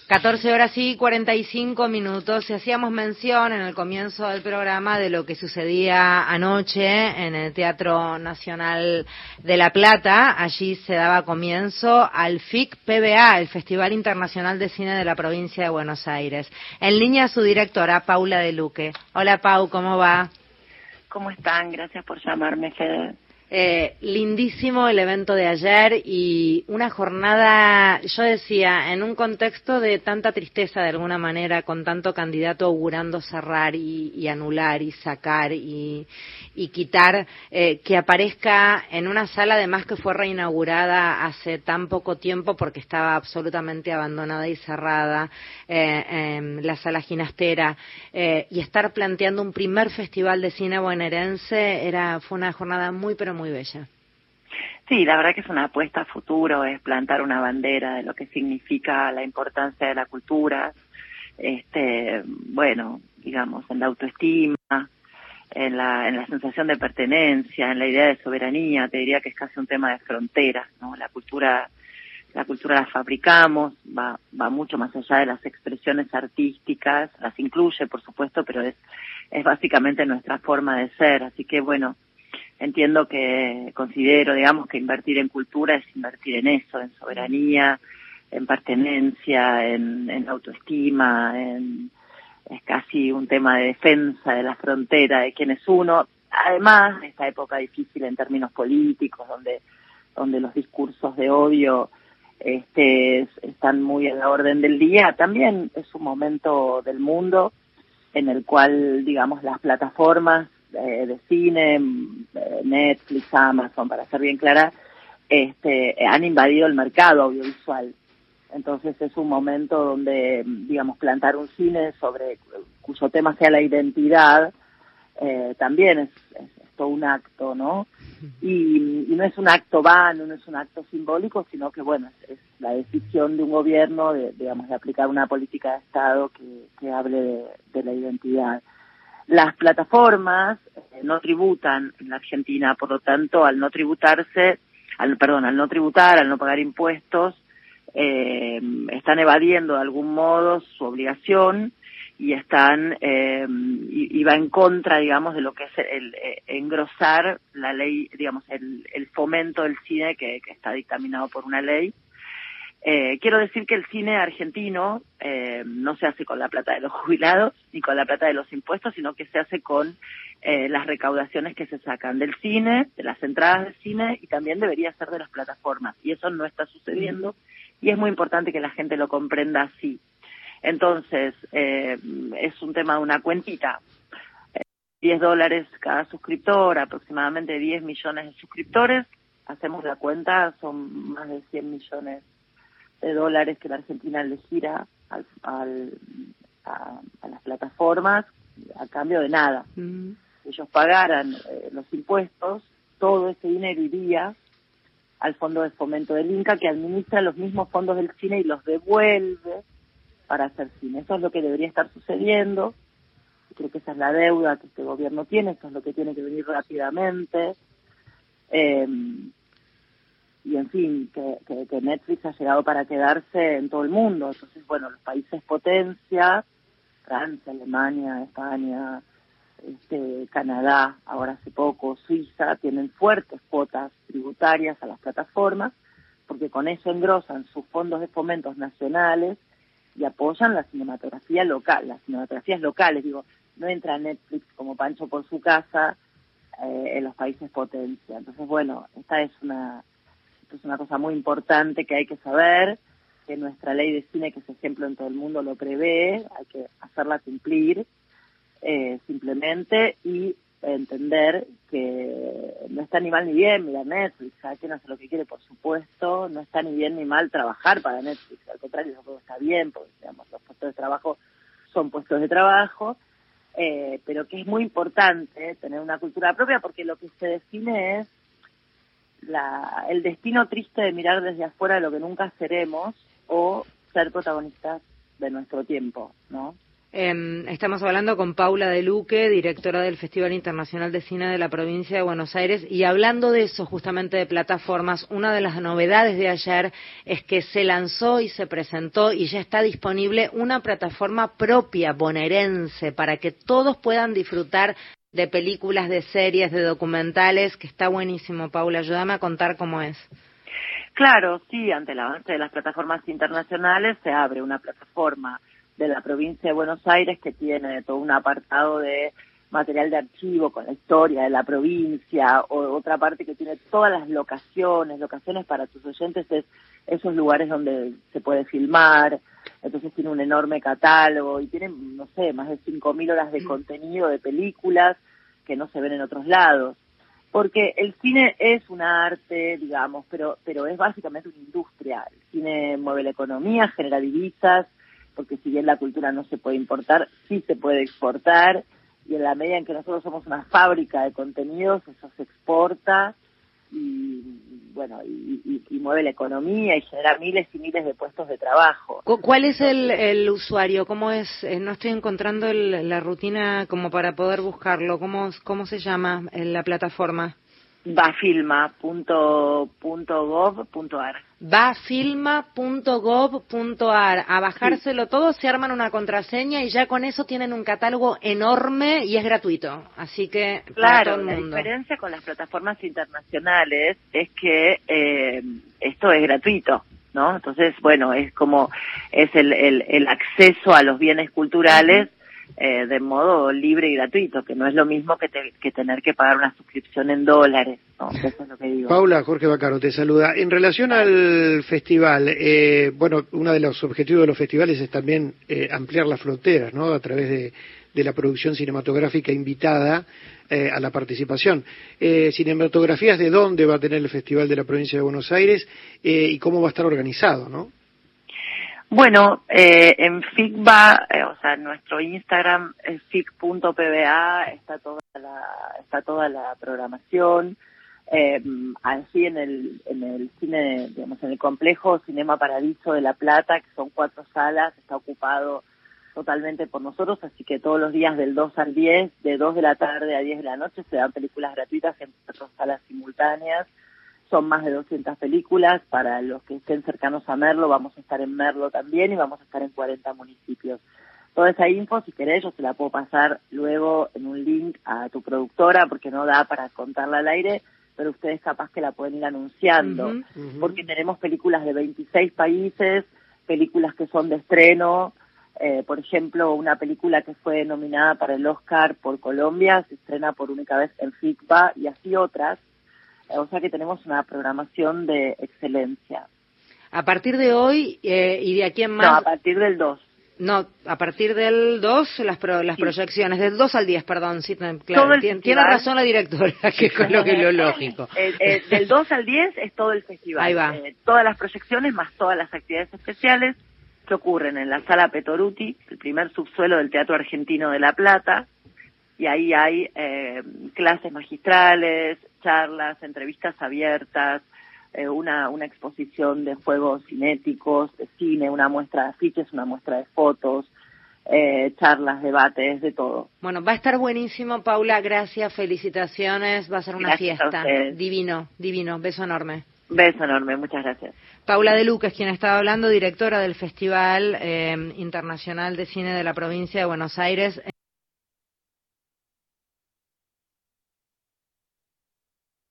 14 horas y 45 minutos. Y hacíamos mención en el comienzo del programa de lo que sucedía anoche en el Teatro Nacional de La Plata. Allí se daba comienzo al FIC-PBA, el Festival Internacional de Cine de la Provincia de Buenos Aires. En línea su directora, Paula De Luque. Hola, Pau, ¿cómo va? ¿Cómo están? Gracias por llamarme, Fede. Lindísimo el evento de ayer y una jornada, yo decía, en un contexto de tanta tristeza de alguna manera, con tanto candidato augurando cerrar y anular y sacar y quitar, que aparezca en una sala además que fue reinaugurada hace tan poco tiempo porque estaba absolutamente abandonada y cerrada, la sala Ginastera, y estar planteando un primer festival de cine bonaerense fue una jornada muy bella. Sí, la verdad que es una apuesta a futuro, es plantar una bandera de lo que significa la importancia de la cultura, bueno, digamos, en la autoestima, en la sensación de pertenencia, en la idea de soberanía. Te diría que es casi un tema de fronteras, ¿no? La cultura la fabricamos, va mucho más allá de las expresiones artísticas, las incluye, por supuesto, pero es básicamente nuestra forma de ser. Así que, bueno, considero, digamos, que invertir en cultura es invertir en eso, en soberanía, en pertenencia, en autoestima, es casi un tema de defensa de la frontera de quién es uno. Además, en esta época difícil en términos políticos, donde los discursos de odio están muy a la orden del día, también es un momento del mundo en el cual, digamos, las plataformas de cine, Netflix, Amazon, para ser bien clara, han invadido el mercado audiovisual. Entonces es un momento donde, digamos, plantar un cine cuyo tema sea la identidad, también es todo un acto, ¿no? Y no es un acto vano, no es un acto simbólico, sino que, bueno, es la decisión de un gobierno de aplicar una política de Estado que hable de la identidad. Las plataformas no tributan en la Argentina, por lo tanto, al no tributar, al no pagar impuestos, están evadiendo de algún modo su obligación y y va en contra, digamos, de lo que es el engrosar la ley, digamos, el fomento del cine que está dictaminado por una ley. Quiero decir que el cine argentino no se hace con la plata de los jubilados ni con la plata de los impuestos, sino que se hace con las recaudaciones que se sacan del cine, de las entradas del cine, y también debería ser de las plataformas. Y eso no está sucediendo, y es muy importante que la gente lo comprenda así. Entonces, es un tema de una cuentita. $10 cada suscriptor, aproximadamente 10 millones de suscriptores. Hacemos la cuenta, son más de 100 millones de dólares que la Argentina le gira a las plataformas a cambio de nada. Si ellos pagaran los impuestos, todo ese dinero iría al Fondo de Fomento del Inca, que administra los mismos fondos del cine y los devuelve para hacer cine. Eso es lo que debería estar sucediendo. Creo que esa es la deuda que este gobierno tiene, eso es lo que tiene que venir rápidamente. Y en fin, que Netflix ha llegado para quedarse en todo el mundo. Entonces, bueno, los países potencia, Francia, Alemania, España, Canadá, ahora hace poco, Suiza, tienen fuertes cuotas tributarias a las plataformas, porque con eso engrosan sus fondos de fomentos nacionales y apoyan la cinematografía local, las cinematografías locales. Digo, no entra Netflix como Pancho por su casa en los países potencia. Entonces, bueno, esto es una cosa muy importante que hay que saber, que nuestra ley de cine, que es ejemplo en todo el mundo, lo prevé, hay que hacerla cumplir simplemente, y entender que no está ni mal ni bien mirar Netflix, cada quien hace lo que quiere, por supuesto, no está ni bien ni mal trabajar para Netflix, al contrario, todo está bien, porque, digamos, los puestos de trabajo son puestos de trabajo, pero que es muy importante tener una cultura propia, porque lo que se define es el destino triste de mirar desde afuera de lo que nunca seremos, o ser protagonistas de nuestro tiempo, ¿no? Estamos hablando con Paula De Luque, directora del Festival Internacional de Cine de la Provincia de Buenos Aires, y hablando de eso, justamente de plataformas, una de las novedades de ayer es que se lanzó y se presentó y ya está disponible una plataforma propia bonaerense para que todos puedan disfrutar de películas, de series, de documentales, que está buenísimo. Paula, ayúdame a contar cómo es. Claro, sí, ante el avance de las plataformas internacionales se abre una plataforma de la provincia de Buenos Aires que tiene todo un apartado de material de archivo con la historia de la provincia, o otra parte que tiene todas las locaciones para tus oyentes, es esos lugares donde se puede filmar. Entonces tiene un enorme catálogo y tiene, no sé, más de 5.000 horas de contenido de películas que no se ven en otros lados. Porque el cine es un arte, digamos, pero es básicamente una industria. El cine mueve la economía, genera divisas, porque si bien la cultura no se puede importar, sí se puede exportar, y en la medida en que nosotros somos una fábrica de contenidos, eso se exporta y bueno, y mueve la economía y genera miles y miles de puestos de trabajo. ¿Cuál es el usuario? ¿Cómo es? No estoy encontrando la rutina como para poder buscarlo. ¿Cómo se llama la plataforma? Bafilma.gov.ar. Bafilma.gov.ar. A bajárselo sí. todo, se arman una contraseña y ya con eso tienen un catálogo enorme y es gratuito. Así que para todo el mundo. La diferencia con las plataformas internacionales es que esto es gratuito, ¿no? Entonces, bueno, es el acceso a los bienes culturales de modo libre y gratuito, que no es lo mismo que tener que pagar una suscripción en dólares, ¿no? Eso es lo que digo. Paula, Jorge Baccaro te saluda. En relación al festival, bueno, uno de los objetivos de los festivales es también ampliar las fronteras, ¿no? A través de la producción cinematográfica invitada a la participación. Cinematografías, ¿de dónde va a tener el Festival de la Provincia de Buenos Aires y cómo va a estar organizado, no? Bueno, en FICBA, o sea, en nuestro Instagram, fic.pba, está toda la programación. Así en el cine, digamos, en el complejo Cinema Paradiso de La Plata, que son 4 salas, está ocupado totalmente por nosotros, así que todos los días del 2 al 10, de 2 de la tarde a 10 de la noche, se dan películas gratuitas en 4 salas simultáneas. Son más de 200 películas. Para los que estén cercanos a Merlo, vamos a estar en Merlo también y vamos a estar en 40 municipios. Toda esa info, si querés, yo se la puedo pasar luego en un link a tu productora, porque no da para contarla al aire, pero ustedes capaz que la pueden ir anunciando, porque tenemos películas de 26 países, películas que son de estreno. Por ejemplo, una película que fue nominada para el Oscar por Colombia se estrena por única vez en FICBA, y así otras. O sea que tenemos una programación de excelencia. A partir de hoy y de aquí en más... No, a partir del 2. No, a partir del 2 las proyecciones, del 2 al 10, perdón, sí, claro, tiene razón la directora, que es lo lógico. Del 2 al 10 es todo el festival. Ahí va. Todas las proyecciones más todas las actividades especiales que ocurren en la Sala Petoruti, el primer subsuelo del Teatro Argentino de La Plata, y ahí hay clases magistrales, charlas, entrevistas abiertas, una exposición de juegos cinéticos, de cine, una muestra de afiches, una muestra de fotos, charlas, debates, de todo. Bueno, va a estar buenísimo, Paula, gracias, felicitaciones, va a ser una fiesta. Divino, beso enorme. Beso enorme, muchas gracias. Paula De Luque es quien estaba hablando, directora del Festival Internacional de Cine de la Provincia de Buenos Aires.